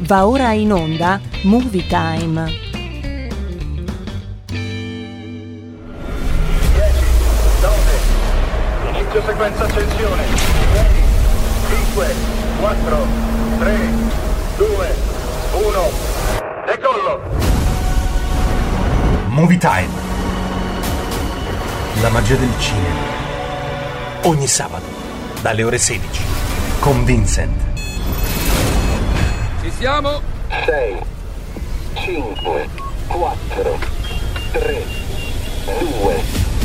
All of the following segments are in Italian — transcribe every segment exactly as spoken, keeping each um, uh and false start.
Va ora in onda Movie Time. dieci, nove, inizio sequenza accensione. dieci, cinque, quattro, tre, due, uno, decollo. Movie Time. La magia del cinema. Ogni sabato, dalle ore sedici, con Vincent. Ci siamo? sei, cinque, quattro, tre, due.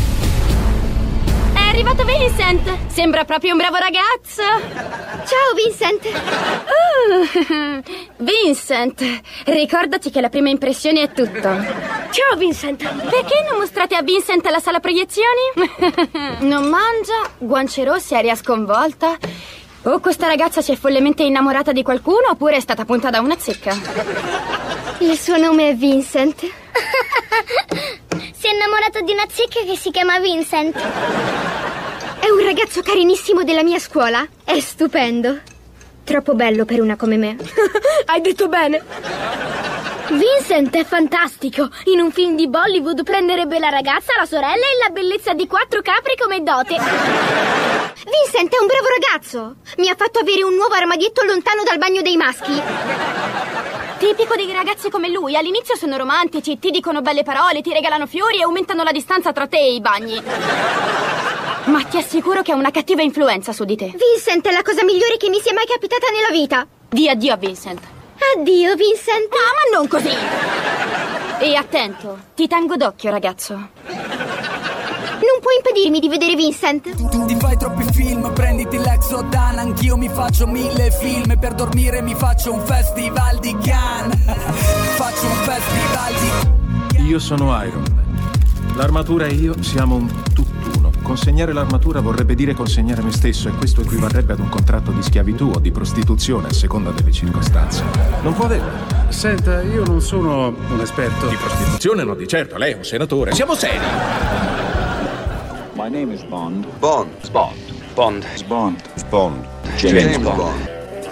È arrivato Vincent! Sembra proprio un bravo ragazzo! Ciao Vincent! Uh, Vincent, ricordati che la prima impressione è tutto. Ciao Vincent! Perché non mostrate a Vincent la sala proiezioni? Non mangia, guance rosse, aria sconvolta. O questa ragazza si è follemente innamorata di qualcuno oppure è stata punta da una zecca. Il suo nome è Vincent. Si è innamorato di una zecca che si chiama Vincent. È un ragazzo carinissimo della mia scuola. È stupendo. Troppo bello per una come me. Hai detto bene. Vincent è fantastico. In un film di Bollywood prenderebbe la ragazza, la sorella e la bellezza di quattro capri come dote. Vincent è un bravo ragazzo. Mi ha fatto avere un nuovo armadietto lontano dal bagno dei maschi. Tipico dei ragazzi come lui. All'inizio sono romantici, ti dicono belle parole, ti regalano fiori e aumentano la distanza tra te e i bagni. Ma ti assicuro che ha una cattiva influenza su di te. Vincent è la cosa migliore che mi sia mai capitata nella vita. Di addio a Vincent. Addio, Vincent. Ah, ma non così. E attento, ti tengo d'occhio, ragazzo. Non puoi impedirmi di vedere Vincent. Tu ti fai troppi film, prenditi l'Exodan. Anch'io mi faccio mille film. Per dormire mi faccio un festival di Cannes. Faccio un festival di... Io sono Iron Man. L'armatura e io siamo un tutt'uno. Consegnare l'armatura vorrebbe dire consegnare me stesso, e questo equivarrebbe ad un contratto di schiavitù o di prostituzione a seconda delle circostanze. Non può averlo. Senta, io non sono un esperto. Di prostituzione no, di certo, lei è un senatore. Siamo seri. My name is Bond. Bond. Bond. Bond. Bond. Bond. James, James Bond. Bond.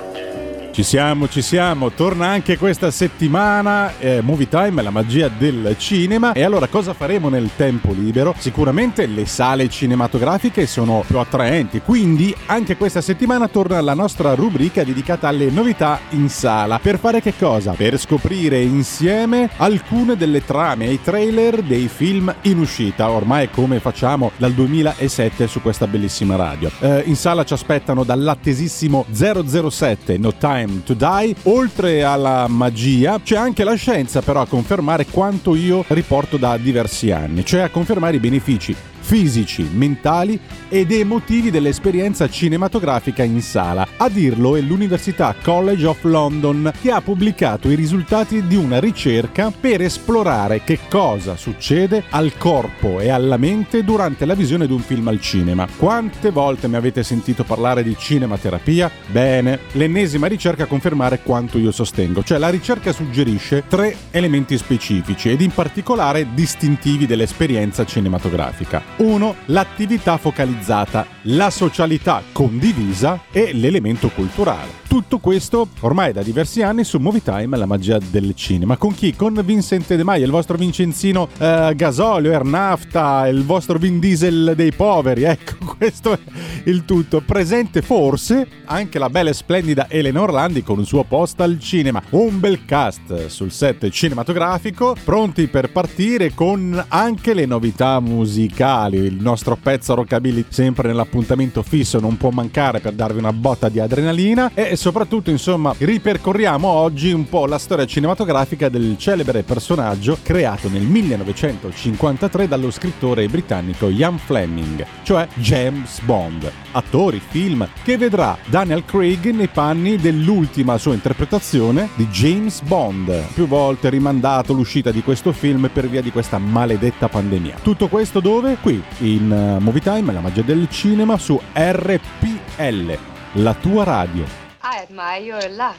Ci siamo, ci siamo, torna anche questa settimana eh, Movie Time, la magia del cinema. E allora cosa faremo nel tempo libero? Sicuramente le sale cinematografiche sono più attraenti, quindi anche questa settimana torna la nostra rubrica dedicata alle novità in sala. Per fare che cosa? Per scoprire insieme alcune delle trame e i trailer dei film in uscita, ormai come facciamo dal duemilasette su questa bellissima radio. Eh, in sala ci aspettano dall'attesissimo zero zero sette No Time to Die. Oltre alla magia c'è anche la scienza, però, a confermare quanto io riporto da diversi anni, cioè a confermare i benefici fisici, mentali ed emotivi dell'esperienza cinematografica in sala. A dirlo è l'Università College of London, che ha pubblicato i risultati di una ricerca per esplorare che cosa succede al corpo e alla mente durante la visione di un film al cinema. Quante volte mi avete sentito parlare di cinematerapia? Bene, l'ennesima ricerca a confermare quanto io sostengo, cioè la ricerca suggerisce tre elementi specifici ed in particolare distintivi dell'esperienza cinematografica. uno. L'attività focalizzata, la socialità condivisa e l'elemento culturale. Tutto questo ormai da diversi anni su Movie Time, la magia del cinema. Con chi? Con Vincent De Maia, il vostro Vincenzino eh, gasolio, air nafta, il vostro Vin Diesel dei poveri. Ecco, questo è il tutto. Presente forse anche la bella e splendida Elena Orlandi con il suo post al cinema. Un bel cast sul set cinematografico, pronti per partire con anche le novità musicali. Il nostro pezzo rockabilly sempre nell'appuntamento fisso, non può mancare per darvi una botta di adrenalina. E soprattutto, insomma, ripercorriamo oggi un po' la storia cinematografica del celebre personaggio creato nel millenovecentocinquantatré dallo scrittore britannico Ian Fleming, cioè James Bond. Attori, film che vedrà Daniel Craig nei panni dell'ultima sua interpretazione di James Bond, più volte rimandato l'uscita di questo film per via di questa maledetta pandemia. Tutto questo dove? Qui in uh, Movie Time, la magia del cinema, su R P L, la tua radio. I admire your luck,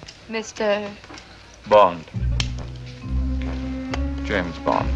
mister Bond. James Bond.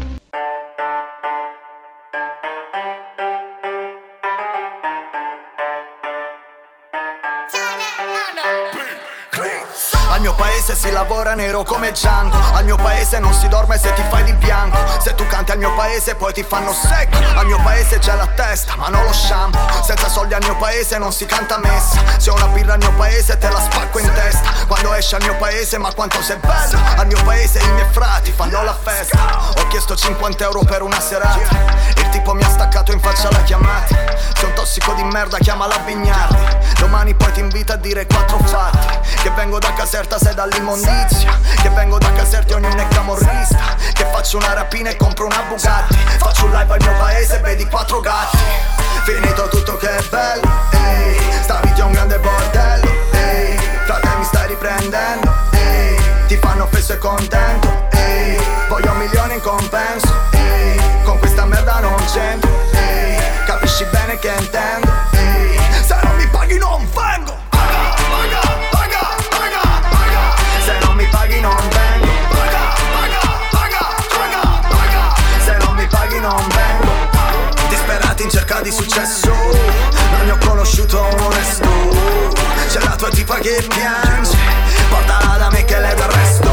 Al mio paese si lavora nero come Django. Al mio paese non si dorme se ti fai di bianco. Se tu canti al mio paese poi ti fanno secco. Al mio paese c'è la testa ma non lo shampoo. Senza soldi al mio paese non si canta messa. Se ho una birra al mio paese te la spacco in testa. Quando esci al mio paese ma quanto sei bello. Al mio paese i miei frati fanno la festa. Ho chiesto cinquanta euro per una serata. Il tipo mi ha staccato in faccia la chiamata. Sei un tossico di merda, chiamala Bignardi. Domani poi ti invita a dire quattro fatti. Che vengo da Caserta, sei dall'immondizia. Che vengo da Caserta, ognuno è camorrista. Che faccio una rapina e compro una Bugatti. Faccio un live al mio paese e vedi quattro gatti. Finito tutto che è bello, ehi. Sta vita è un grande bordello, ehi. Frate mi stai riprendendo, ehi. Ti fanno fesso e contento, ehi. Voglio milioni in compenso, ehi. Con questa merda non c'entro, ehi. Capisci bene che intendo, ehi. Se non mi paghi non vengo. Paga, paga, paga, paga, paga. Se non mi paghi non vengo. Paga, paga, paga, paga, paga. Se non mi paghi non vengo. Disperati in cerca di successo, non ne ho conosciuto un onesto. C'è la tua tipa che piange, portala da me che le do il resto.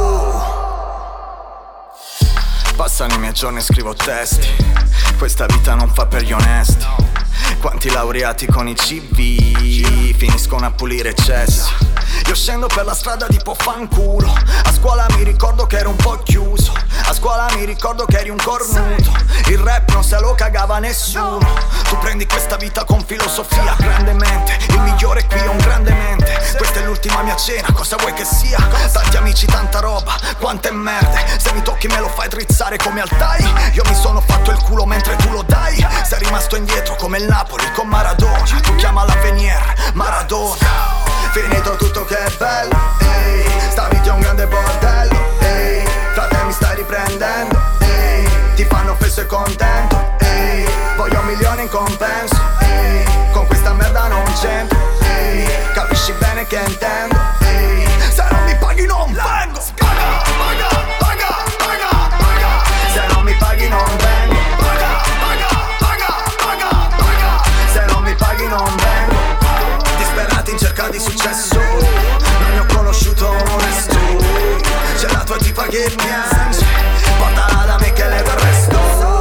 Passano i miei giorni e scrivo testi. Questa vita non fa per gli onesti. Quanti laureati con i C V finiscono a pulire cessi. Io scendo per la strada tipo fanculo. A scuola mi ricordo che ero un po' chiuso. A scuola mi ricordo che eri un cornuto. Il rap non se lo cagava nessuno. Tu prendi questa vita con filosofia, grandemente. Il migliore qui è un grande mente. Questa è l'ultima mia cena, cosa vuoi che sia? Tanti amici, tanta roba, quante merde. Se mi tocchi me lo fai drizzare come Altai. Io mi sono fatto il culo mentre tu lo dai. Sei rimasto indietro come il Napoli con Maradona. Tu chiamala Venier, Maradona. Finito tutto che è bello, ehi. Sta vita è un grande bordello, ehi. Frate mi stai riprendendo, ehi. Ti fanno fesso e contento, ehi. Voglio milioni in compenso, ehi. Con questa merda non c'entro, ehi. Capisci bene che intendo, ehi. Se non mi paghi non vengo. Paga, paga, paga, paga, paga. Se non mi paghi non vengo. Paga, paga, paga, paga, paga. Se non mi paghi non vengo. Disperati in cerca di successo, non ne ho conosciuto un onesto. C'è la tua tipa che piange, portala da me che le do il resto.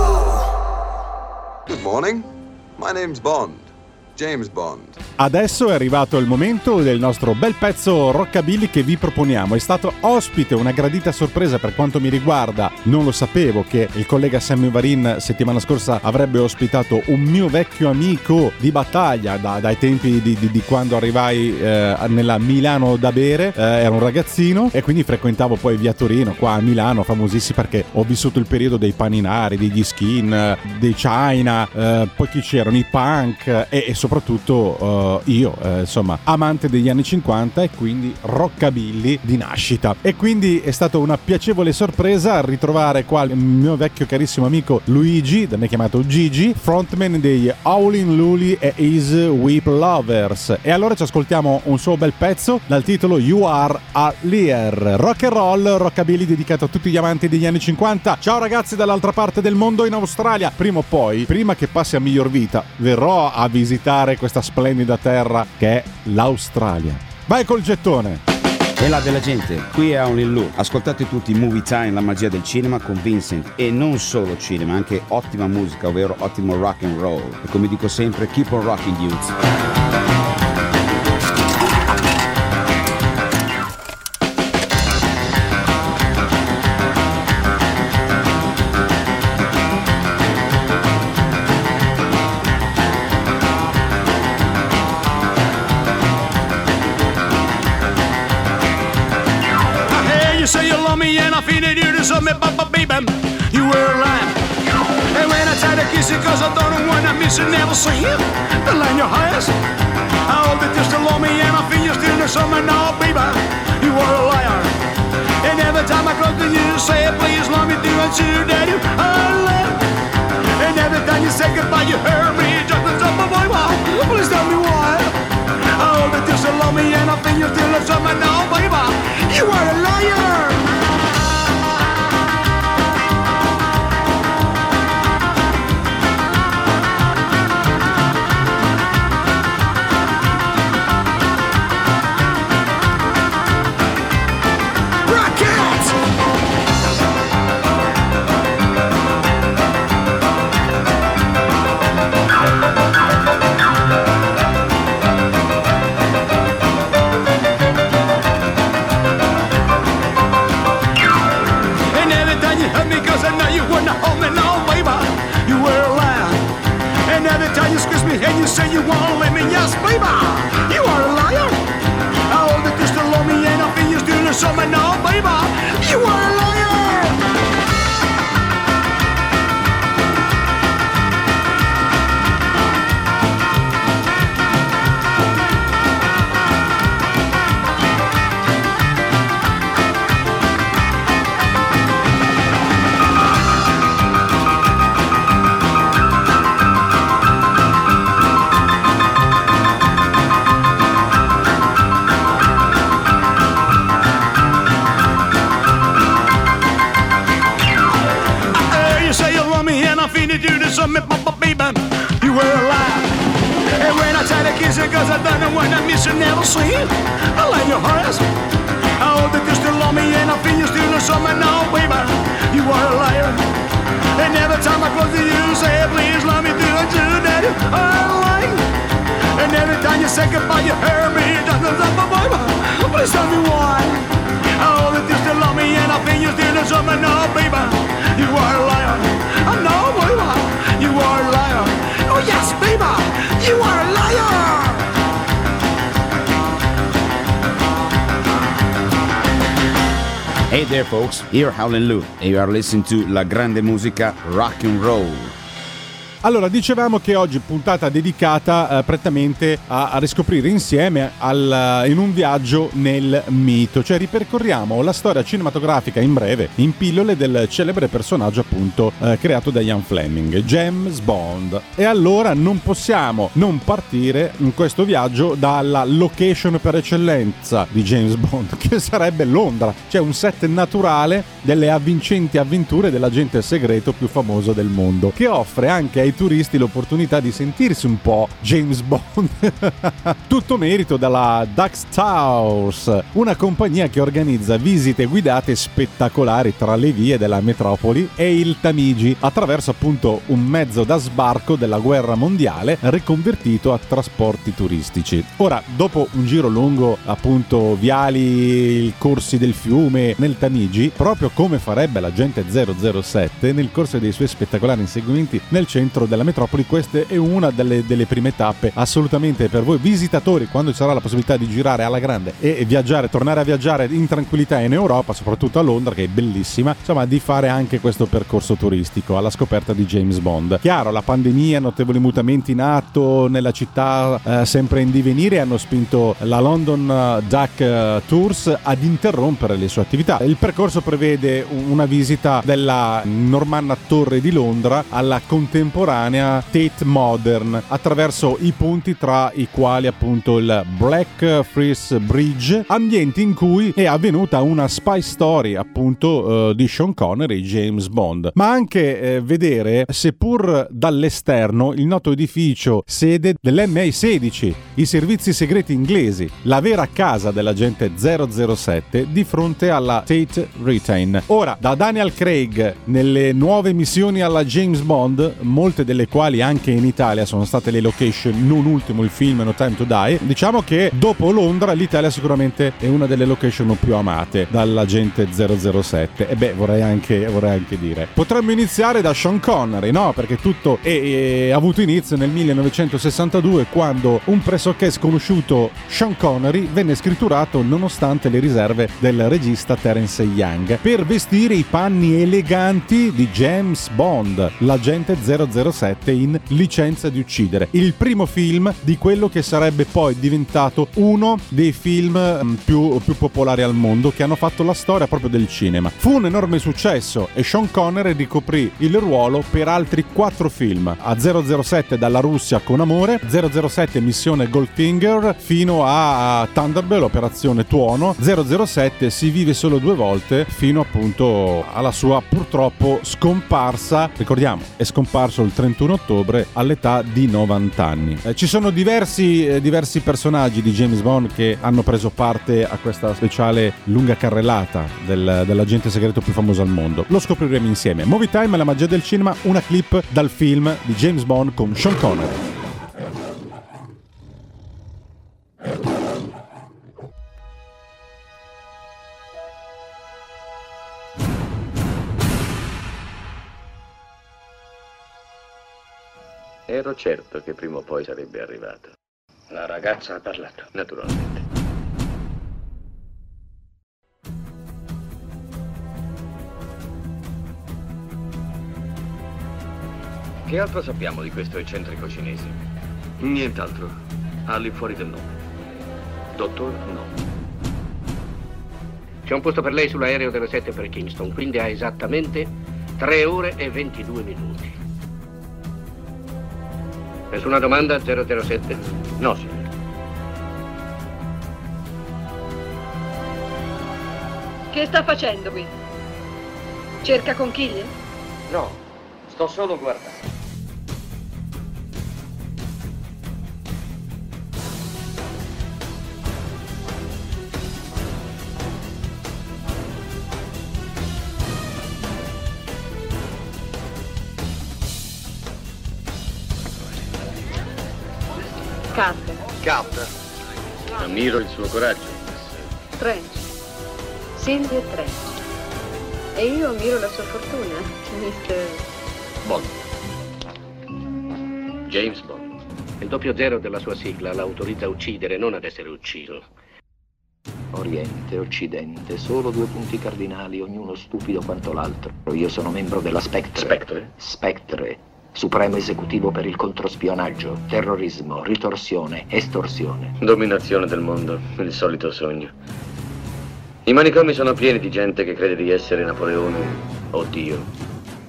Good morning, my name's Bond, James Bond. Adesso è arrivato il momento del nostro bel pezzo rockabilly che vi proponiamo. È stato ospite, una gradita sorpresa per quanto mi riguarda. Non lo sapevo che il collega Sammy Varin settimana scorsa avrebbe ospitato un mio vecchio amico di battaglia da, dai tempi di, di, di quando arrivai eh, nella Milano da bere. Eh, era un ragazzino e quindi frequentavo poi via Torino, qua a Milano, famosissimi perché ho vissuto il periodo dei paninari, degli skin, dei China, eh, poi chi c'erano, i punk e, e soprattutto uh, io, eh, insomma, amante degli anni cinquanta e quindi rockabilly di nascita. E quindi è stata una piacevole sorpresa ritrovare qua il mio vecchio carissimo amico Luigi, da me chiamato Gigi, frontman dei Howlin' Luli e His Whip Lovers. E allora ci ascoltiamo un suo bel pezzo dal titolo You Are a Liar. Rock and roll, rockabilly dedicato a tutti gli amanti degli anni cinquanta. Ciao ragazzi dall'altra parte del mondo in Australia. Prima o poi, prima che passi a miglior vita, verrò a visitare questa splendida terra che è l'Australia. Vai col gettone! E là della gente, qui è Honolulu. Ascoltate tutti Movie Time, la magia del cinema con Vincent. E non solo cinema, anche ottima musica, ovvero ottimo rock and roll. E come dico sempre, keep on rocking dudes. Me, Papa, baby, you were alive. And when I try to kiss you, cause I don't want to miss you, never say it. The line your highest. I hope that you still love me, and I feel you still in summer now, baby. You are a liar. And every time I close to you, say, please love me, do I you that you are alive. And every time you say goodbye, you hurt me, just as up, boy, wow. Please tell me why. I hope that you still love me, and I feel you still in summer now, baby. You are a liar. so me, baby, you were alive. And when I try to kiss it, cause I don't know when I miss you, never see it. I lay your heart. I hope that you still love me and I feel you still know something. No, baby, you are a liar. And every time I close to you, say, please love me, do it, do that. I'm lying. And every time you say goodbye, you hurt me. Please tell me why. I hope that you still love me and I feel you still know something. No, baby, you are a liar. I know, baby, you are a liar. Oh yes, baby, you are a liar. Hey there folks, here Howlin' Lou and you are listening to La Grande Musica Rock and Roll. Allora, dicevamo che oggi puntata dedicata eh, prettamente a, a riscoprire insieme al, in un viaggio nel mito, cioè ripercorriamo la storia cinematografica in breve, in pillole, del celebre personaggio appunto eh, creato da Ian Fleming, James Bond. E allora non possiamo non partire in questo viaggio dalla location per eccellenza di James Bond, che sarebbe Londra, cioè un set naturale delle avvincenti avventure dell'agente segreto più famoso del mondo, che offre anche ai turisti l'opportunità di sentirsi un po' James Bond. Tutto merito dalla Dux Tours, una compagnia che organizza visite guidate spettacolari tra le vie della metropoli e il Tamigi, attraverso appunto un mezzo da sbarco della guerra mondiale riconvertito a trasporti turistici. Ora, dopo un giro lungo appunto viali, i corsi del fiume nel Tamigi, proprio come farebbe l'agente zero zero sette nel corso dei suoi spettacolari inseguimenti nel centro della metropoli, questa è una delle, delle prime tappe assolutamente per voi visitatori, quando ci sarà la possibilità di girare alla grande e viaggiare, tornare a viaggiare in tranquillità in Europa, soprattutto a Londra che è bellissima, insomma, di fare anche questo percorso turistico alla scoperta di James Bond. Chiaro, la pandemia, notevoli mutamenti in atto nella città, eh, sempre in divenire, hanno spinto la London Duck Tours ad interrompere le sue attività. Il percorso prevede una visita della normanna torre di Londra alla contemporanea Tate Modern, attraverso i punti tra i quali appunto il Blackfriars Bridge, ambienti in cui è avvenuta una spy story appunto eh, di Sean Connery, James Bond, ma anche eh, vedere, seppur dall'esterno, il noto edificio sede dell'M I sedici, i servizi segreti inglesi, la vera casa dell'agente zero zero sette di fronte alla Tate Retain. Ora, da Daniel Craig nelle nuove missioni alla James Bond, molte delle quali anche in Italia sono state le location, non ultimo il film No Time to Die, diciamo che dopo Londra l'Italia sicuramente è una delle location più amate dall'agente zero zero sette. E beh, vorrei anche, vorrei anche dire, potremmo iniziare da Sean Connery, no? Perché tutto è, è avuto inizio nel millenovecentosessantadue, quando un pressoché sconosciuto Sean Connery venne scritturato nonostante le riserve del regista Terence Young per vestire i panni eleganti di James Bond, l'agente zero zero sette in Licenza di uccidere, il primo film di quello che sarebbe poi diventato uno dei film più, più popolari al mondo, che hanno fatto la storia proprio del cinema. Fu un enorme successo e Sean Connery ricoprì il ruolo per altri quattro film: a zero zero sette Dalla Russia con amore, zero zero sette Missione Goldfinger, fino a Thunderball, Operazione Tuono, zero zero sette Si vive solo due volte, fino appunto alla sua purtroppo scomparsa. Ricordiamo, è scomparso il trentuno ottobre all'età di novanta anni. Eh, ci sono diversi, eh, diversi personaggi di James Bond che hanno preso parte a questa speciale lunga carrellata del, dell'agente segreto più famoso al mondo. Lo scopriremo insieme. Movie Time, la magia del cinema, una clip dal film di James Bond con Sean Connery. Ero certo che prima o poi sarebbe arrivata. La ragazza ha parlato, naturalmente. Che altro sappiamo di questo eccentrico cinese? Nient'altro, all'infuori del nome. Dottor No. C'è un posto per lei sull'aereo delle sette per Kingston, quindi ha esattamente tre ore e ventidue minuti. Nessuna domanda, zero zero sette? No, signore. Che sta facendo qui? Cerca conchiglie? No, sto solo guardando. Scout. Ammiro il suo coraggio. Trench. Silvia Trench. E io ammiro la sua fortuna, mister Bond. James Bond. Il doppio zero della sua sigla l'autorizza a uccidere, non ad essere ucciso. Oriente, Occidente, solo due punti cardinali, ognuno stupido quanto l'altro. Io sono membro della Spectre. Spectre? Spectre. Supremo esecutivo per il controspionaggio, terrorismo, ritorsione, estorsione. Dominazione del mondo, il solito sogno. I manicomi sono pieni di gente che crede di essere Napoleone o Dio.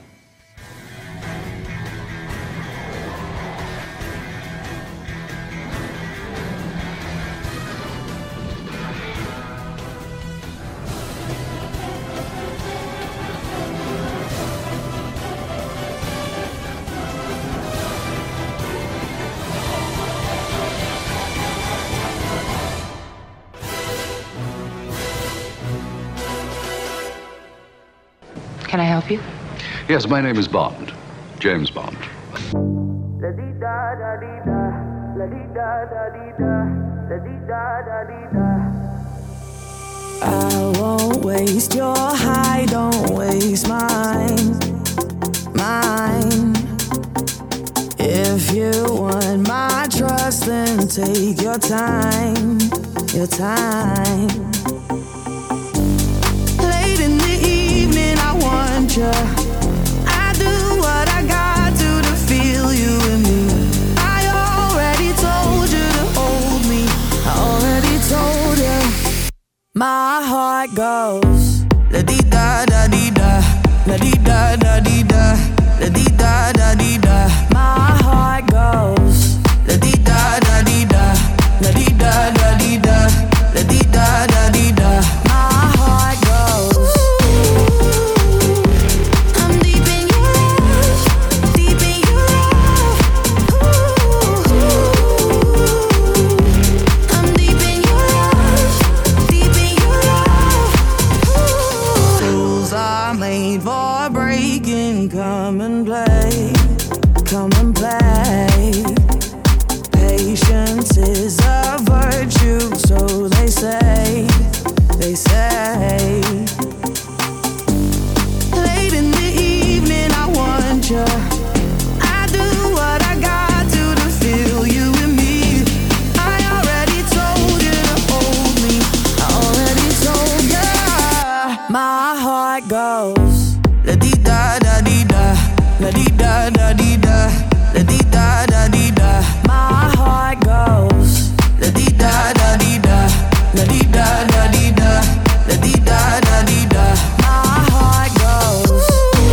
Can I help you? Yes, my name is Bond. James Bond. I won't waste your high, don't waste mine, mine. If you want my trust, then take your time, your time. Late in the evening, I want you. I do what I got to to feel you in me. I already told you to hold me. I already told you. My heart goes la di da da di da, la di da da di da, la di da da di da. My heart goes la di da da di da, la di da da di da, la di da da di da. My heart goes. I'm deep in your love, deep in your love. Ooh. I'm deep in your love, deep in your love. Ooh. Rules are made for breaking. Come and play, come and play. Patience is a virtue, so they say, they say. Late in the evening, I want you. I do what I got to to feel you in me. I already told you to hold me. I already told you. My heart goes la di da da di da, la di da da di da, la di da da di da. My heart goes la di da da di da, la di da da di da, la di da da di da. My heart goes.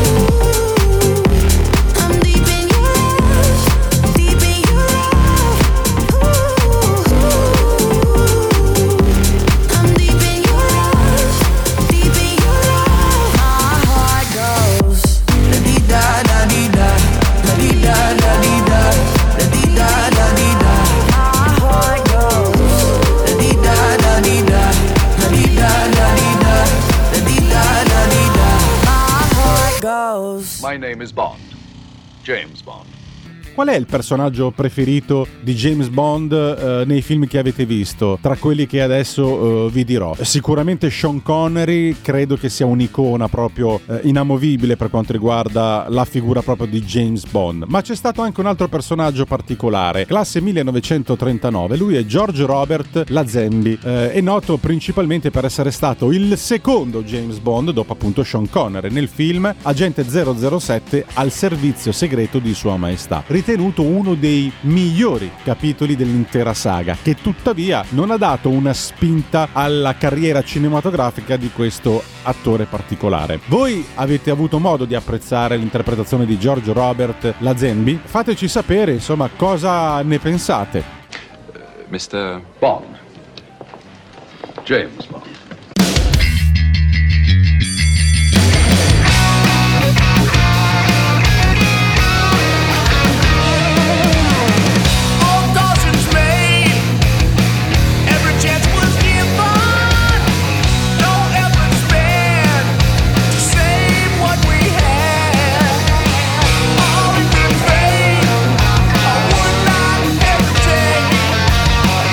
I'm deep in your love, deep in your love. Ooh. I'm deep in your love, deep in your love. My heart goes la di da da di da, la di da da di da, la di da da di da. My heart goes la di da da di da, la di da da di da, la di da da di da. My heart goes. My name is Bond. James Bond. Qual è il personaggio preferito di James Bond eh, nei film che avete visto? Tra quelli che adesso eh, vi dirò. Sicuramente Sean Connery, credo che sia un'icona proprio eh, inamovibile per quanto riguarda la figura proprio di James Bond. Ma c'è stato anche un altro personaggio particolare, classe millenovecentotrentanove. Lui è George Robert Lazenby, eh, è noto principalmente per essere stato il secondo James Bond dopo appunto Sean Connery nel film Agente zero zero sette al servizio segreto di Sua Maestà, ritenuto uno dei migliori capitoli dell'intera saga, che tuttavia non ha dato una spinta alla carriera cinematografica di questo attore particolare. Voi avete avuto modo di apprezzare l'interpretazione di George Robert Lazenby? Fateci sapere, insomma, cosa ne pensate. Uh, mister Bond. James Bond. All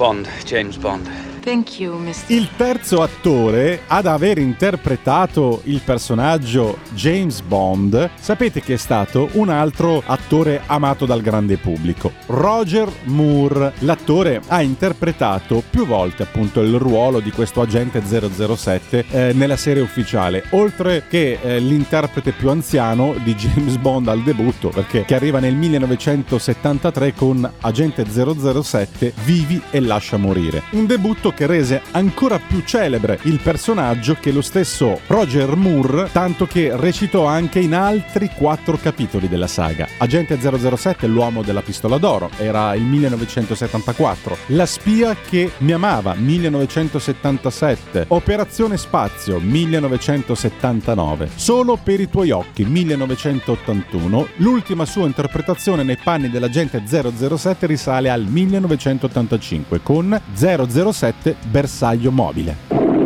Bond, James Bond. Thank you, mister Il terzo attore ad aver interpretato il personaggio James Bond, sapete che è stato un altro attore amato dal grande pubblico, Roger Moore. L'attore ha interpretato più volte appunto il ruolo di questo agente zero zero sette eh, nella serie ufficiale, oltre che eh, l'interprete più anziano di James Bond al debutto, perché che arriva nel millenovecentosettantatré con Agente zero zero sette Vivi e lascia morire, un debutto che rese ancora più celebre il personaggio che lo stesso Roger Moore, tanto che recitò anche in altri quattro capitoli della saga. Agente zero zero sette, l'uomo della pistola d'oro, era il millenovecentosettantaquattro. La spia che mi amava, millenovecentosettantasette. Operazione Spazio, millenovecentosettantanove. Solo per i tuoi occhi, millenovecentottantuno. L'ultima sua interpretazione nei panni dell'agente zero zero sette risale al millenovecentottantacinque con zero zero sette Bersaglio mobile.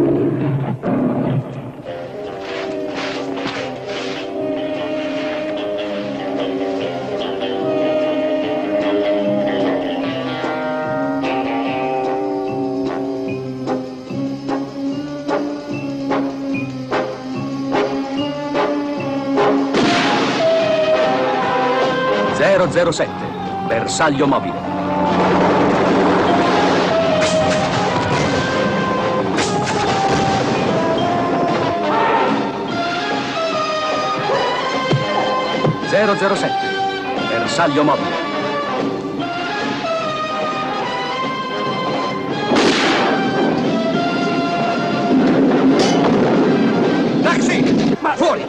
zero zero sette Bersaglio mobile. zero zero sette Bersaglio mobile. Taxi! Ma fuori!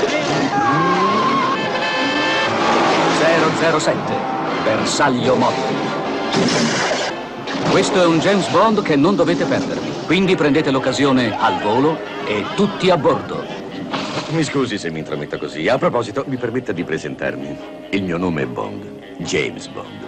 zero zero sette Bersaglio mobile. Questo è un James Bond che non dovete perdervi, quindi prendete l'occasione al volo e tutti a bordo. Mi scusi se mi intrometto così. A proposito, mi permetta di presentarmi. Il mio nome è Bond, James Bond.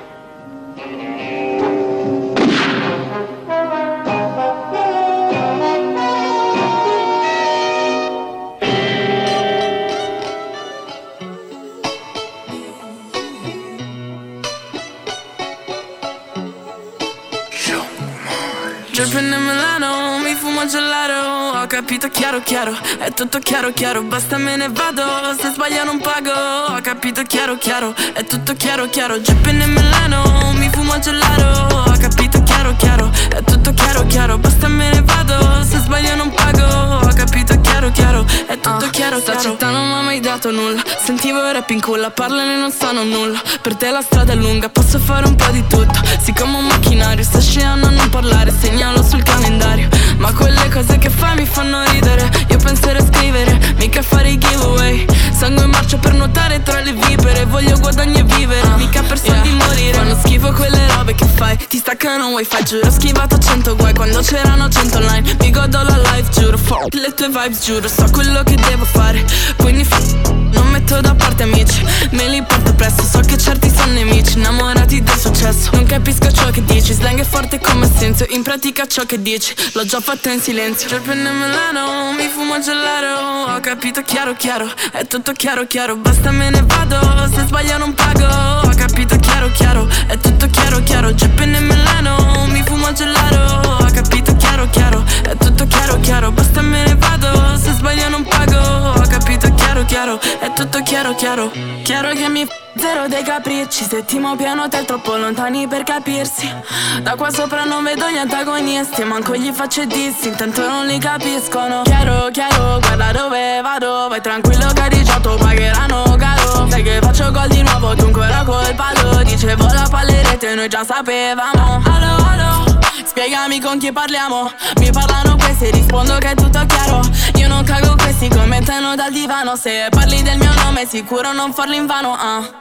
Dripping in Milano, mi fumo gelato. Ho capito chiaro chiaro, è tutto chiaro chiaro. Basta me ne vado, se sbaglio non pago. Ho capito chiaro chiaro, è tutto chiaro chiaro. Dripping in Milano, mi fumo gelato. Ho capito chiaro chiaro, è tutto chiaro chiaro. Basta me ne vado, se sbaglio non pago. Ho capito chiaro chiaro, è tutto uh, chiaro sta chiaro. Sta città non mi ha mai dato nulla. Sentivo il rap in culla, parlano e non sanno nulla. Per te la strada è lunga, posso fare un po' di tutto. Siccome un macchinario, sta scegliendo a non parlare. Segnalo sul calendario, ma quelle cose che fai mi fanno ridere. Io penserei a scrivere, mica fare i giveaway. Sangue in marcia per nuotare tra le vipere. Voglio guadagni e vivere, uh, mica per soldi yeah. morire. Fanno schifo quelle robe che fai, ti staccano wifi. Giuro, ho schivato cento guai quando c'erano cento online. Mi godo la life, giuro, fuck le tue vibes, giuro. So quello che devo fare, quindi f- non metto da parte amici. Me li porto presto, so che certi sono nemici. Innamorati del successo, non capisco ciò che dici. Slang è forte come senso, in pratica ciò che dici l'ho già fatto in silenzio. Dripping in Milano, mi fumo gelato. Ho capito chiaro chiaro, è tutto chiaro chiaro. Basta me ne vado, se sbaglio non pago. Ho capito chiaro chiaro, è tutto chiaro chiaro. Dripping in Milano, mi fumo gelato. Ho capito chiaro chiaro, è tutto chiaro chiaro. Basta me ne vado, se sbaglio non pago. Ho capito chiaro chiaro, è tutto chiaro chiaro. Chiaro che mi f- zero dei capricci. Se ti muovi piano te troppo lontani per capirsi. Da qua sopra non vedo gli antagonisti, manco gli faccio dissi, intanto non li capiscono. Chiaro, chiaro, guarda dove vado. Vai tranquillo che di giotto pagheranno caro. Sai che faccio gol di nuovo, tu ancora col palo. Dicevo la pallerete, noi già sapevamo. Allo, allo, spiegami con chi parliamo. Mi parlano questi, rispondo che è tutto chiaro. Io non cago questi, commentano dal divano. Se parli del mio nome, sicuro non farlo in vano, ah uh.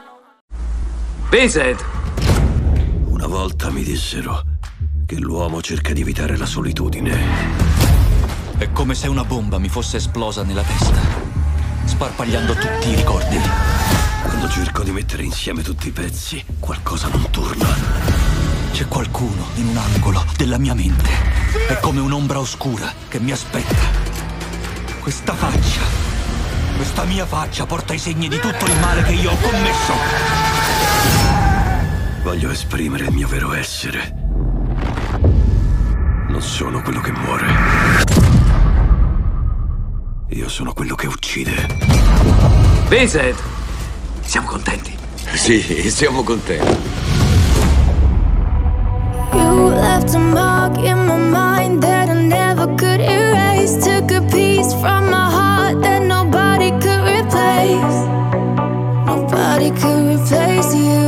Vincent! Una volta mi dissero che l'uomo cerca di evitare la solitudine. È come se una bomba mi fosse esplosa nella testa, sparpagliando tutti i ricordi. Quando cerco di mettere insieme tutti i pezzi, qualcosa non torna. C'è qualcuno in un angolo della mia mente. È come un'ombra oscura che mi aspetta. Questa faccia, questa mia faccia porta i segni di tutto il male che io ho commesso. Voglio esprimere il mio vero essere. non sono quello che muore. Io sono quello che uccide. Vincent! Siamo contenti. Sì, siamo contenti. You left a mark in my mind that I never could erase. Took a piece from my heart that nobody could replace. Nobody could replace you.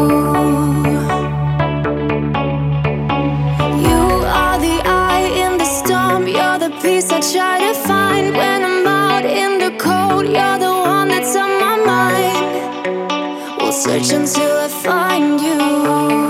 You are the eye in the storm. You're the peace I try to find when I'm out in the cold. You're the one that's on my mind. We'll search until I find you.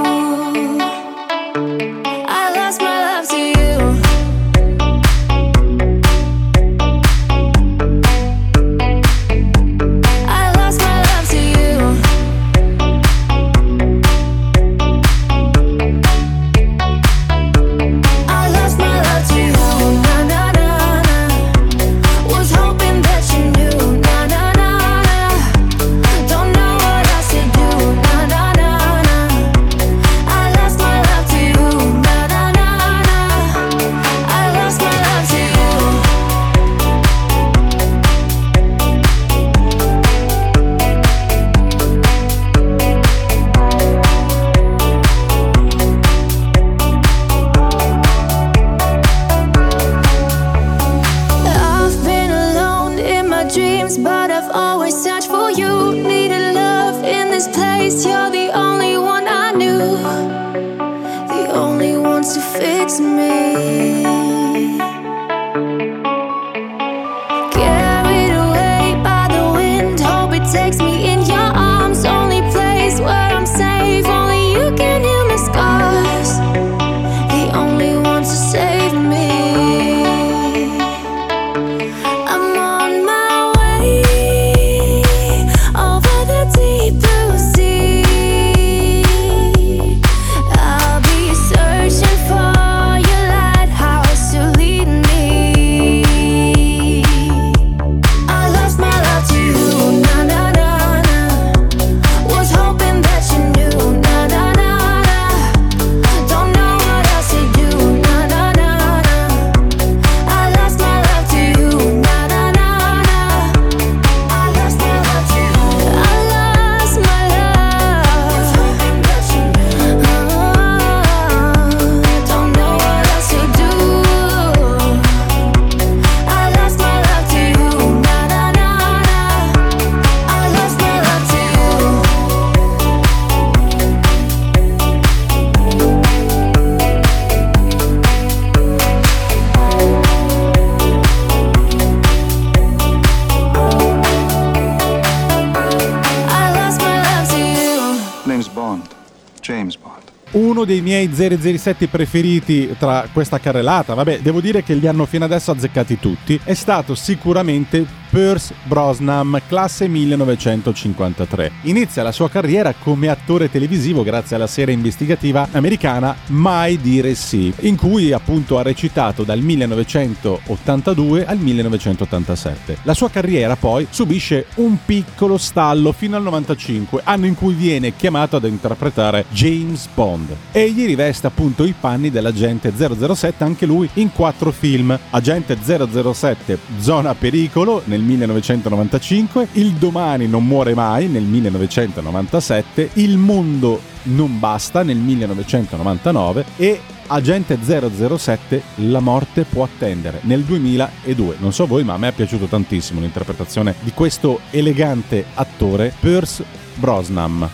Uno dei miei zero zero sette preferiti tra questa carrellata, vabbè, devo dire che li hanno fino adesso azzeccati tutti, è stato sicuramente Pierce Brosnan, classe millenovecentocinquantatré. Inizia la sua carriera come attore televisivo grazie alla serie investigativa americana Mai dire sì, in cui appunto ha recitato dal millenovecentottantadue al millenovecentottantasette. La sua carriera poi subisce un piccolo stallo fino al novantacinque, anno in cui viene chiamato ad interpretare James Bond. Egli riveste appunto i panni dell'agente zero zero sette, anche lui in quattro film: Agente zero zero sette Zona Pericolo nel millenovecentonovantacinque, Il domani non muore mai nel millenovecentonovantasette, Il mondo non basta nel millenovecentonovantanove e Agente zero zero sette La morte può attendere nel duemiladue. Non so voi, ma a me è piaciuto tantissimo l'interpretazione di questo elegante attore Pierce Brosnan.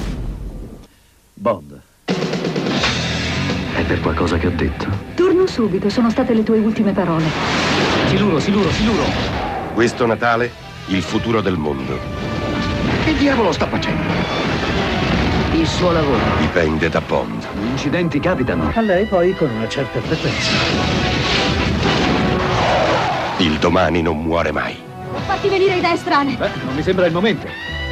Bond, è per qualcosa che ho detto. Torno subito, sono state le tue ultime parole. Siluro, siluro, siluro. Questo Natale, il futuro del mondo. Che diavolo sta facendo? Il suo lavoro. Dipende da Bond. Gli incidenti capitano. A lei poi con una certa frequenza. Il domani non muore mai. Non farti venire idee strane. Beh, non mi sembra il momento.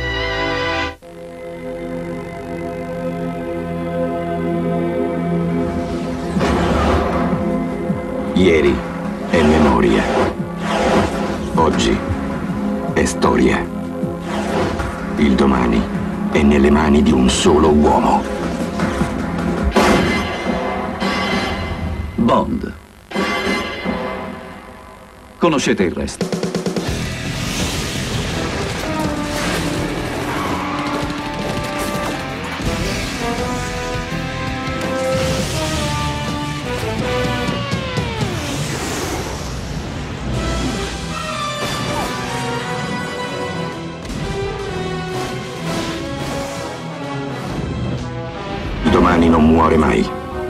Ieri è memoria. Oggi è storia. Il domani è nelle mani di un solo uomo. Bond. Conoscete il resto. Il domani non muore mai.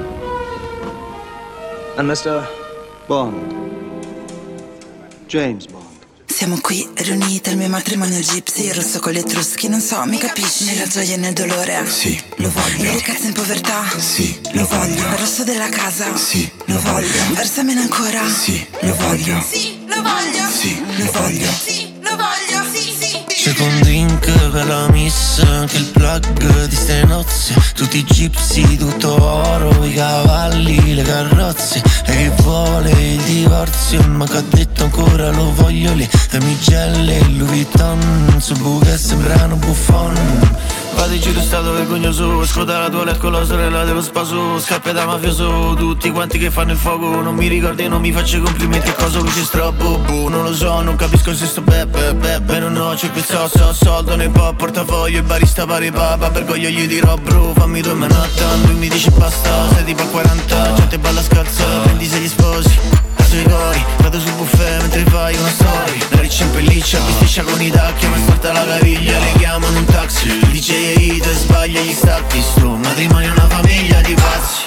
And mister Bond. James Bond. Siamo qui riunite al mio matrimonio gypsy, il rosso con gli etruschi, non so, mi capisci? Nella gioia e nel dolore, Sì, lo voglio. le ricazze in povertà, Sì, lo voglio. il rosso della casa, Sì, lo voglio. versamene ancora, Sì, lo voglio. sì, lo voglio, Sì, lo voglio. sì, lo voglio, sì, sì. Secondo drink per la miss, anche il plug di ste nozze. Tutti i gypsy, tutto oro, i cavalli, le carrozze. E che vuole il divorzio, ma che ha detto ancora lo voglio lì. Damigelle e Louis Vuitton, su buche sembrano buffon. Vado in giro stato vergognoso, esco dalla toilet con la sorella dello spaso. Scarpe da mafioso, tutti quanti che fanno il fuoco. Non mi ricordo e non mi faccio complimenti, a cosa luce strappo, boh, non lo so, non capisco se sto bebe, bebe, non ho c'è il so, so, soldo nel pop, portafoglio, il barista pare papa, vergogno gli dirò bro, fammi due Manhattan. Lui mi dice basta, sei tipo a quaranta, gente balla scalza, prendi se gli sposi. I cori, vado sul buffet mentre fai una story. La riccia in pelliccia, bisticcia con i tacchi, ma storta la caviglia, le chiamano un taxi. Il D J è hit e sbaglia gli stacchi. Sto matrimonio è una famiglia di pazzi.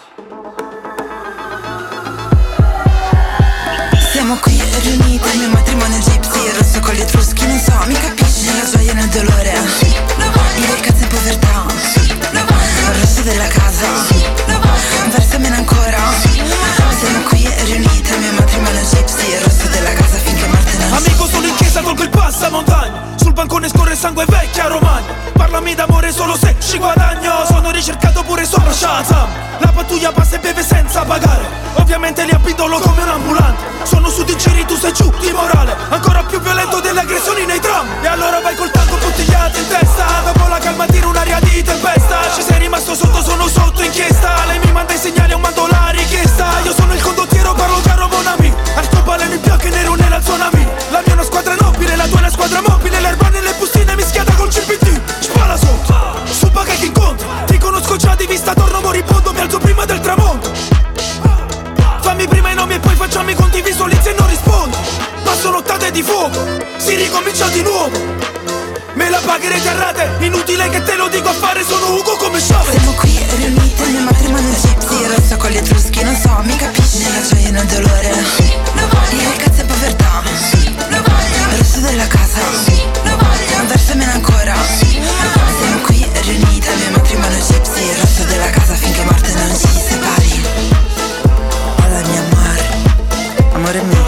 Siamo qui riunite al mio matrimonio gypsy, il rosso con gli etruschi, non so, mi capisci? Nella gioia e nel dolore, sì, lo voglio. Le ricazze in povertà, sì, lo voglio. Il rosso della casa, sì, lo voglio. Versamene ancora, sì. Siamo qui riunite al mio matrimonio gypsy, il rosso della casa finché Marte non ci. Amico sono in chiesa, tolgo il passamontagna. Sul bancone scorre sangue vecchia Romagna. Parlami d'amore solo se ci guadagno. Sono ricercato pure sopra Shazam. La pattuglia passa e beve senza pagare. Ovviamente li abbindolo come un ambulante. Sono su di giri, tu sei giù di morale. Ancora più violento delle aggressioni nei tram. E allora vai col tanco bottigliato in testa. Dopo la calma tiro un'aria di tempesta. Ci sei rimasto sotto, sono sotto inchiesta. Lei mi manda i segnali, io mando la richiesta. Io sono il condottiero, parlo chiaro mon ami. Arcobaleno in bianco e nero nella zona mia. La mia è una squadra nobile, la tua è una squadra mobile. L'erba nelle bustine mischiata col C P T. Spara sotto, su paga che incontro. Ti conosco già di vista, torno moribondo. Mi alzo prima del tramonto. Fammi prima i nomi e poi facciamo i conti, visualizzo e non rispondo. Passo nottate di fuoco, si ricomincia di nuovo. Me la pagherete a rate, inutile che te lo dico a fare, sono Ugo come Sciave. Siamo qui riunite al mio matrimonio gypsy, il rosso con gli etruschi, non so, mi capisci? Nella gioia e nel dolore, sì, lo voglio. Le ricazze in povertà, sì, lo voglio. Il rosso della casa, sì, lo voglio. Versamene ancora, sì, lo voglio. Siamo qui riunite al mio matrimonio gypsy, il rosso della casa finché Marte non ci separi. Hola mi amor, amore mio.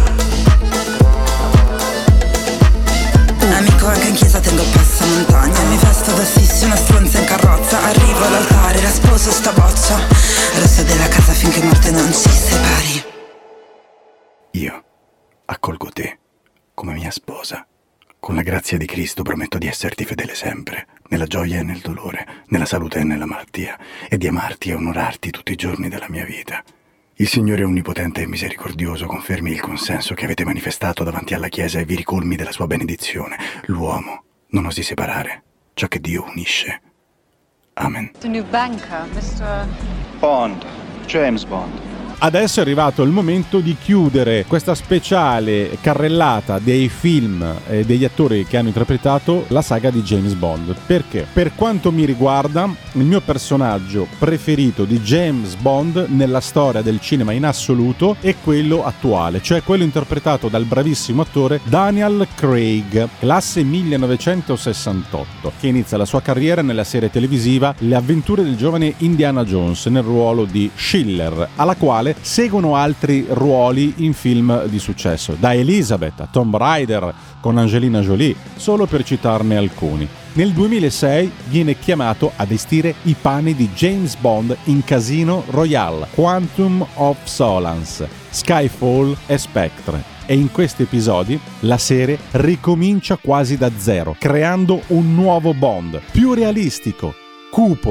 Amico, anche in chiesa tengo passamontagna. Mi vesto da sissi, una stronza in carrozza. Arrivo all'altare, la sposo sta boccia. Rosso della casa finché Marte non ci separi. Io accolgo te come mia sposa. Con la grazia di Cristo prometto di esserti fedele sempre, nella gioia e nel dolore, nella salute e nella malattia, e di amarti e onorarti tutti i giorni della mia vita. Il Signore onnipotente e misericordioso confermi il consenso che avete manifestato davanti alla Chiesa e vi ricolmi della sua benedizione. L'uomo non osi separare ciò che Dio unisce. Amen. The new banker, mister Bond. James Bond. Adesso è arrivato il momento di chiudere questa speciale carrellata dei film e degli attori che hanno interpretato la saga di James Bond. Perché? Per quanto mi riguarda, il mio personaggio preferito di James Bond nella storia del cinema in assoluto è quello attuale, cioè quello interpretato dal bravissimo attore Daniel Craig, classe millenovecentosessantotto, che inizia la sua carriera nella serie televisiva Le avventure del giovane Indiana Jones nel ruolo di Schiller, alla quale seguono altri ruoli in film di successo, da Elizabeth a Tomb Raider con Angelina Jolie, solo per citarne alcuni. Nel duemilasei viene chiamato a vestire i panni di James Bond in Casino Royale, Quantum of Solace, Skyfall e Spectre. E in questi episodi la serie ricomincia quasi da zero, creando un nuovo Bond, più realistico, cupo,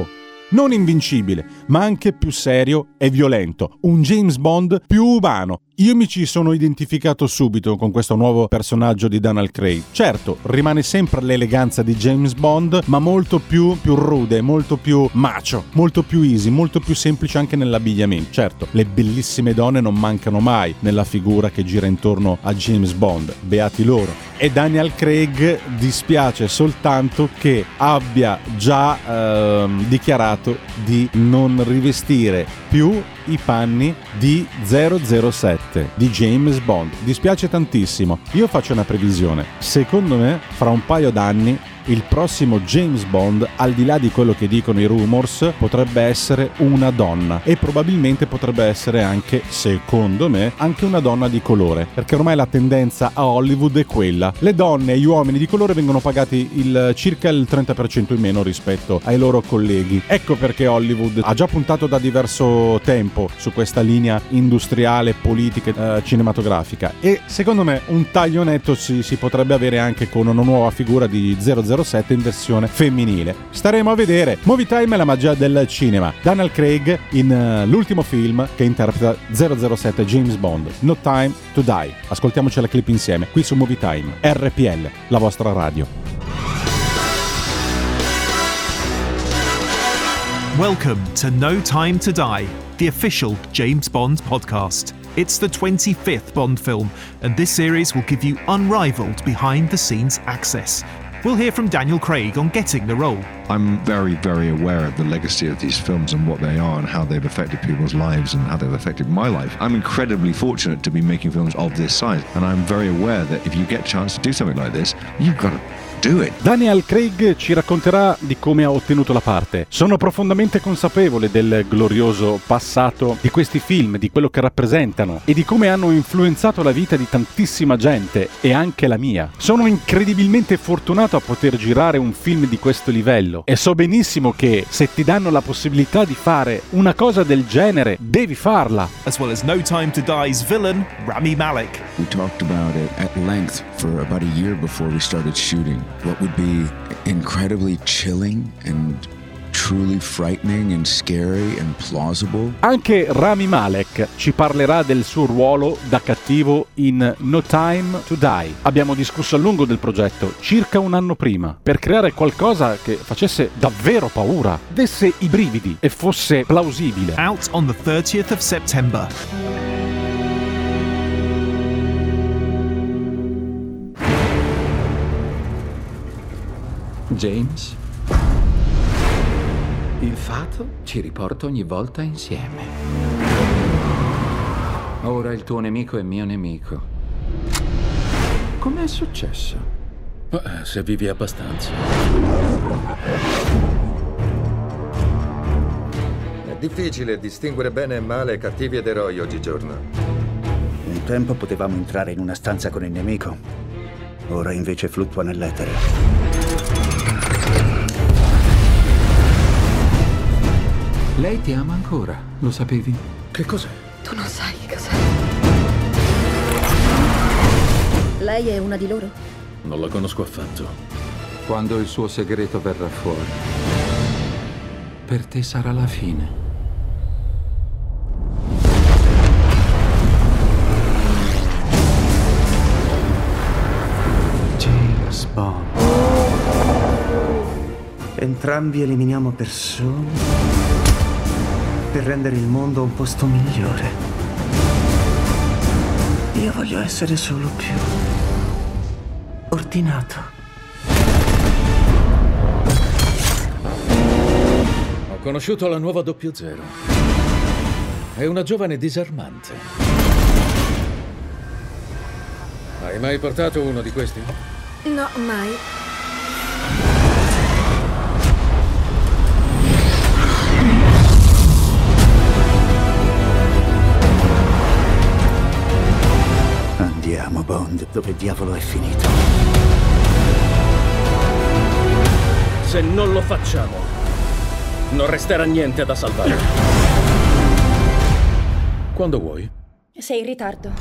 non invincibile, ma anche più serio e violento, un James Bond più umano. Io mi ci sono identificato subito con questo nuovo personaggio di Daniel Craig. Certo, rimane sempre l'eleganza di James Bond, ma molto più, più rude, molto più macho, molto più easy, molto più semplice anche nell'abbigliamento. Certo, le bellissime donne non mancano mai nella figura che gira intorno a James Bond, beati loro. E Daniel Craig dispiace soltanto che abbia già ehm, dichiarato di non rivestire più i panni di zero zero sette di James Bond. Dispiace tantissimo. Io faccio una previsione. Secondo me, fra un paio d'anni, il prossimo James Bond, al di là di quello che dicono i rumors, potrebbe essere una donna, e probabilmente potrebbe essere anche, secondo me, anche una donna di colore, perché ormai la tendenza a Hollywood è quella. Le donne e gli uomini di colore vengono pagati il circa il trenta per cento in meno rispetto ai loro colleghi. Ecco perché Hollywood ha già puntato da diverso tempo su questa linea industriale, politica, eh, cinematografica, e secondo me un taglio netto si, si potrebbe avere anche con una nuova figura di zero zero sette in versione femminile. Staremo a vedere. Movie Time è la magia del cinema. Daniel Craig in uh, l'ultimo film che interpreta zero zero sette James Bond, No Time to Die. Ascoltiamoci la clip insieme qui su Movie Time, R P L, la vostra radio. Welcome to No Time to Die, the official James Bond podcast. It's the twenty-fifth Bond film, and this series will give you unrivaled behind-the-scenes access. We'll hear from Daniel Craig on getting the role. I'm very, very aware of the legacy of these films and what they are and how they've affected people's lives and how they've affected my life. I'm incredibly fortunate to be making films of this size, and I'm very aware that if you get a chance to do something like this, you've got to do it. Daniel Craig ci racconterà di come ha ottenuto la parte. Sono profondamente consapevole del glorioso passato di questi film, di quello che rappresentano e di come hanno influenzato la vita di tantissima gente e anche la mia. Sono incredibilmente fortunato a poter girare un film di questo livello e so benissimo che se ti danno la possibilità di fare una cosa del genere, devi farla. As well as No Time to Die's villain, Rami Malek. We talked about it at length for about a year before we started shooting. What would be incredibly chilling and truly frightening and scary and plausible. Anche Rami Malek ci parlerà del suo ruolo da cattivo in No Time to Die. Abbiamo discusso a lungo del progetto circa un anno prima per creare qualcosa che facesse davvero paura, desse i brividi e fosse plausibile. Out on the thirtieth of September. James, il fato ci riporta ogni volta insieme. Ora il tuo nemico è mio nemico. Com'è successo? Se vivi abbastanza. È difficile distinguere bene e male, cattivi ed eroi oggigiorno. Un tempo potevamo entrare in una stanza con il nemico, ora invece fluttua nell'etere. Lei ti ama ancora, lo sapevi? Che cos'è? Tu non sai che cos'è. Lei è una di loro? Non la conosco affatto. Quando il suo segreto verrà fuori, per te sarà la fine. James Bond. Entrambi eliminiamo persone per rendere il mondo un posto migliore. Io voglio essere solo più ordinato. Ho conosciuto la nuova doppio zero. È una giovane disarmante. Hai mai portato uno di questi? No, mai. Andiamo, Bond, dove diavolo è finito? Se non lo facciamo, non resterà niente da salvare. Quando vuoi. Sei in ritardo.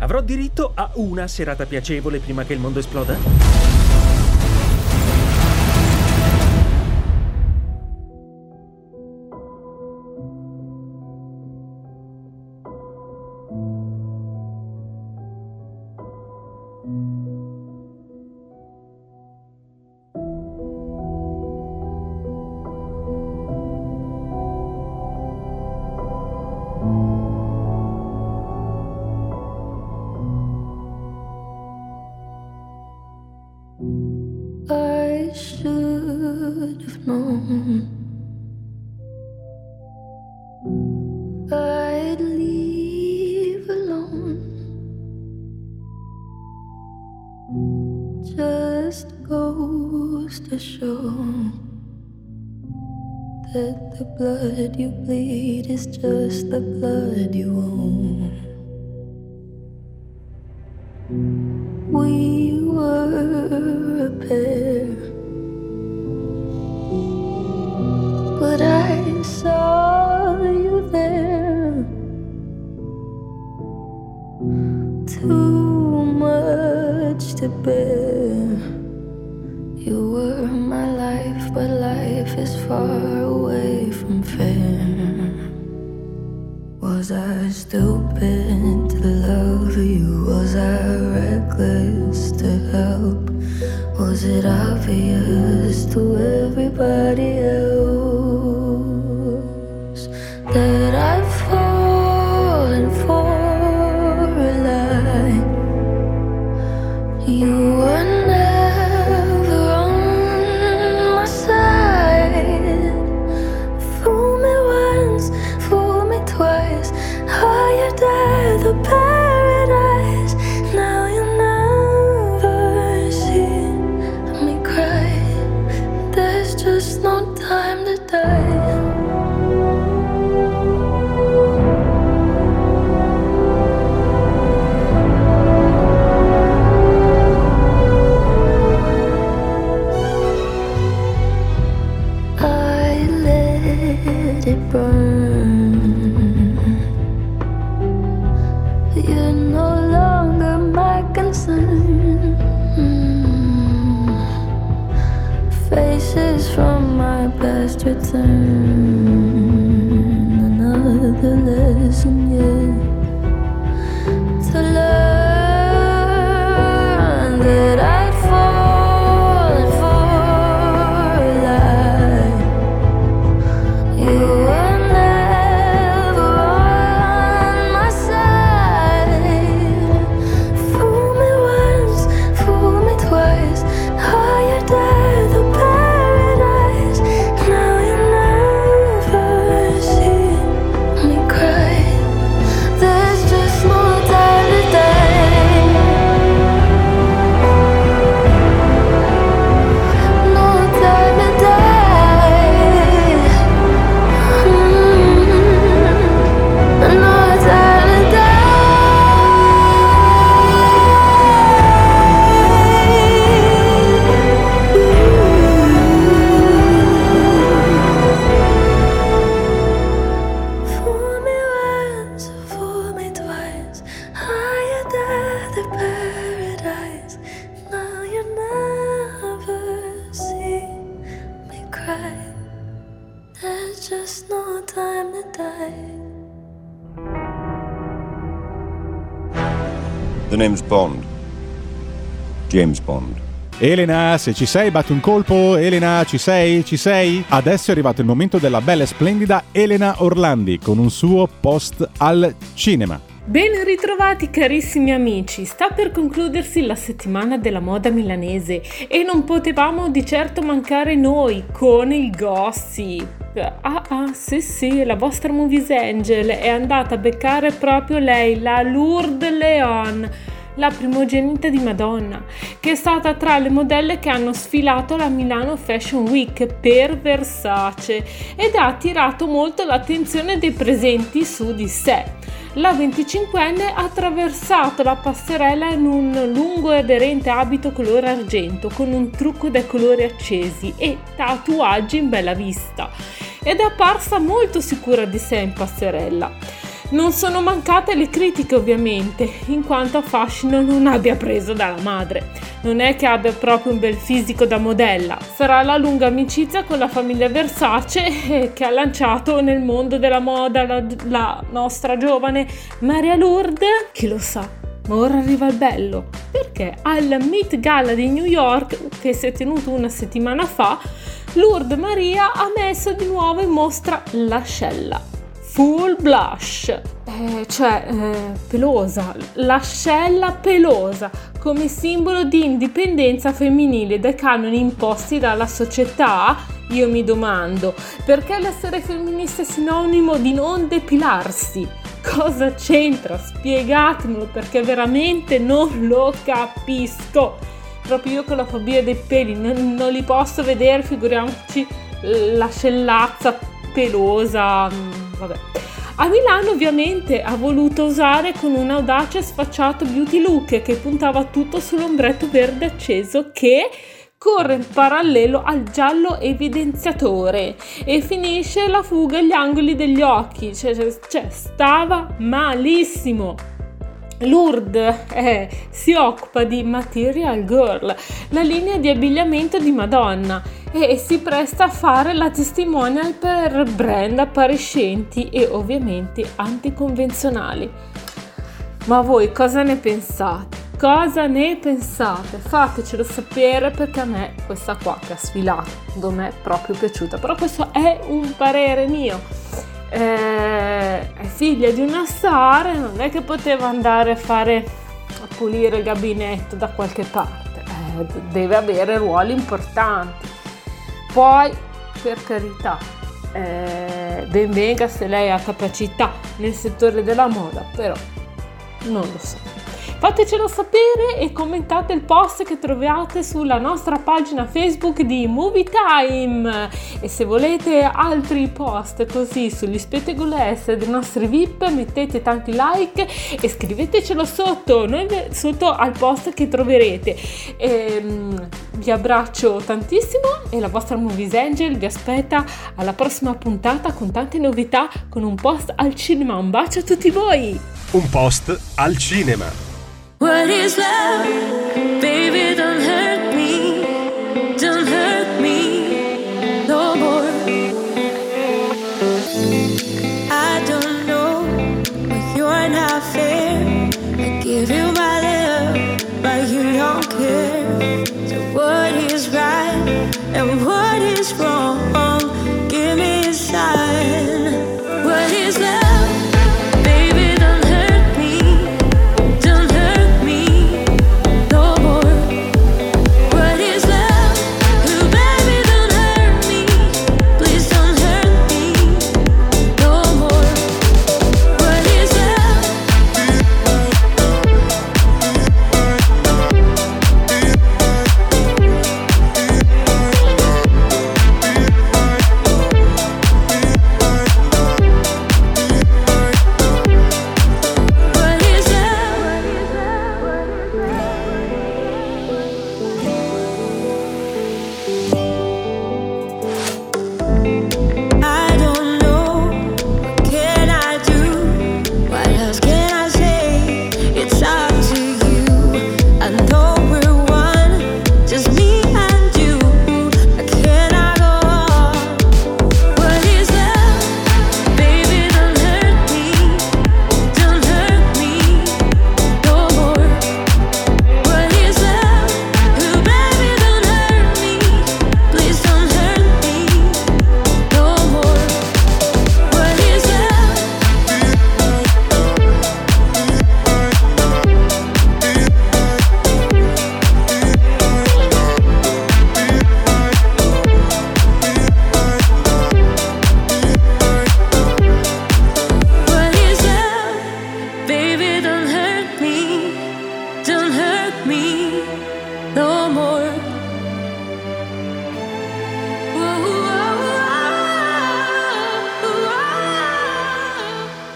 Avrò diritto a una serata piacevole prima che il mondo esploda? I should have known I'd leave alone. Just goes to show that the blood you bleed is just the blood you own. We were a pair, but I saw you there. Too much to bear. You were my life, but life is far away from fair. Was I stupid to love you? Was I reckless to help? Was it obvious to everybody else that I've fallen for a lie? You were never on my side. Fool me once, fool me twice. Higher than the paradise. Now you never see me cry. There's just no time to die. I let it burn. You're no longer my concern. Mm. Faces from my past return. Another lesson yet to learn that I'd fallen for a lie. You were never on my side. Fool me once, fool me twice. Higher than the paradise. Now you never see me cry. There's just no time to die. No time to die. Mm. No time to Fool me once, fool me twice. Higher than the paradise. Now you never see me cry. There's just no time to die. The name's Bond. James Bond. Elena, se ci sei, batti un colpo. Elena, ci sei? Ci sei? Adesso è arrivato il momento della bella e splendida Elena Orlandi con un suo post al cinema. Ben ritrovati carissimi amici, sta per concludersi la settimana della moda milanese e non potevamo di certo mancare noi con il gossip. Ah ah, sì sì, la vostra Movies Angel è andata a beccare proprio lei, la Lourdes Leon, la primogenita di Madonna, che è stata tra le modelle che hanno sfilato alla Milano Fashion Week per Versace ed ha attirato molto l'attenzione dei presenti su di sé. La venticinquenne ha attraversato la passerella in un lungo e aderente abito colore argento con un trucco dai colori accesi e tatuaggi in bella vista ed è apparsa molto sicura di sé in passerella. Non sono mancate le critiche ovviamente, in quanto fascino non abbia preso dalla madre. Non è che abbia proprio un bel fisico da modella, sarà la lunga amicizia con la famiglia Versace che ha lanciato nel mondo della moda la, la nostra giovane Maria Lourdes, chi lo sa. Ma ora arriva il bello, perché al Met Gala di New York, che si è tenuto una settimana fa, Lourdes Maria ha messo di nuovo in mostra l'ascella. Full blush, eh, cioè eh, pelosa, l'ascella pelosa, come simbolo di indipendenza femminile dai canoni imposti dalla società. Io mi domando, perché l'essere femminista è sinonimo di non depilarsi? Cosa c'entra? Spiegatemelo, perché veramente non lo capisco. Proprio io con la fobia dei peli non, non li posso vedere, figuriamoci l'ascellazza pelosa. Vabbè. A Milano ovviamente ha voluto usare con un audace e sfacciato beauty look che puntava tutto sull'ombretto verde acceso che corre in parallelo al giallo evidenziatore e finisce la fuga agli angoli degli occhi, cioè, cioè stava malissimo. Lourdes eh, si occupa di Material Girl, la linea di abbigliamento di Madonna, e si presta a fare la testimonial per brand appariscenti e ovviamente anticonvenzionali. Ma voi cosa ne pensate? Cosa ne pensate? Fatecelo sapere, perché a me questa qua che ha sfilato non mi è proprio piaciuta, però questo è un parere mio. Eh, è figlia di una star, non è che poteva andare a fare a pulire il gabinetto da qualche parte, eh, deve avere ruoli importanti. Poi, per carità, eh, ben venga se lei ha capacità nel settore della moda, però non lo so. Fatecelo sapere e commentate il post che trovate sulla nostra pagina Facebook di Movie Time. E se volete altri post così sugli spettegolesse dei nostri V I P, mettete tanti like e scrivetecelo sotto, noi sotto al post che troverete. E, um, vi abbraccio tantissimo e la vostra Movies Angel vi aspetta alla prossima puntata con tante novità, con un post al cinema. Un bacio a tutti voi! Un post al cinema. What is love? Baby, don't hurt me. Don't hurt me no more. I don't know, but you're not fair. I give you my love, but you don't care. So what is right and what is wrong? Give me a sign. What is love?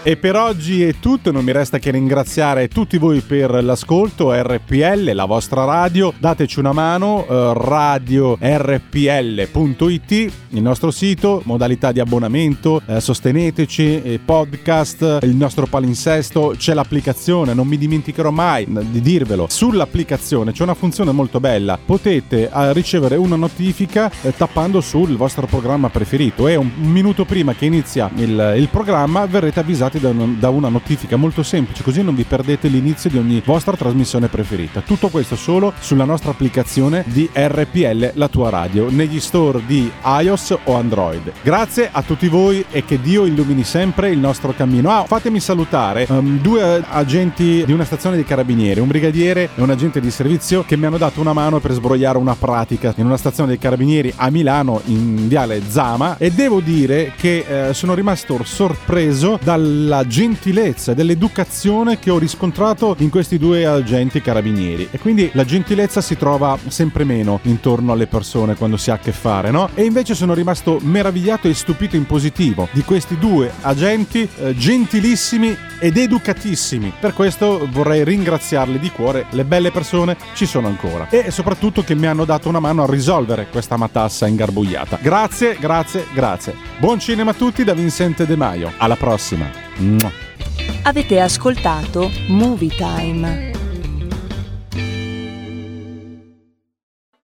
E per oggi è tutto, non mi resta che ringraziare tutti voi per l'ascolto. R P L, la vostra radio, dateci una mano, eh, radio r p l punto i t, il nostro sito, modalità di abbonamento, eh, sosteneteci, eh, podcast, il nostro palinsesto, c'è l'applicazione, non mi dimenticherò mai di dirvelo, sull'applicazione c'è una funzione molto bella, potete eh, ricevere una notifica eh, tappando sul vostro programma preferito e un, un minuto prima che inizia il, il programma verrete avvisati da, un, da una notifica molto semplice, così non vi perdete l'inizio di ogni vostra trasmissione preferita. Tutto questo solo sulla nostra applicazione di R P L, la tua radio, negli store di iOS o Android. Grazie a tutti voi e che Dio illumini sempre il nostro cammino. Ah, fatemi salutare um, due agenti di una stazione dei carabinieri, un brigadiere e un agente di servizio che mi hanno dato una mano per sbrogliare una pratica in una stazione dei carabinieri a Milano in viale Zama, e devo dire che eh, sono rimasto sorpreso dal la gentilezza e dell'educazione che ho riscontrato in questi due agenti carabinieri, e quindi la gentilezza si trova sempre meno intorno alle persone quando si ha a che fare, no? E invece sono rimasto meravigliato e stupito in positivo di questi due agenti eh, gentilissimi ed educatissimi. Per questo vorrei ringraziarli di cuore, le belle persone ci sono ancora, e soprattutto che mi hanno dato una mano a risolvere questa matassa ingarbugliata. Grazie, grazie, grazie. Buon cinema a tutti da Vincente De Maio. Alla prossima. Avete ascoltato Movie Time.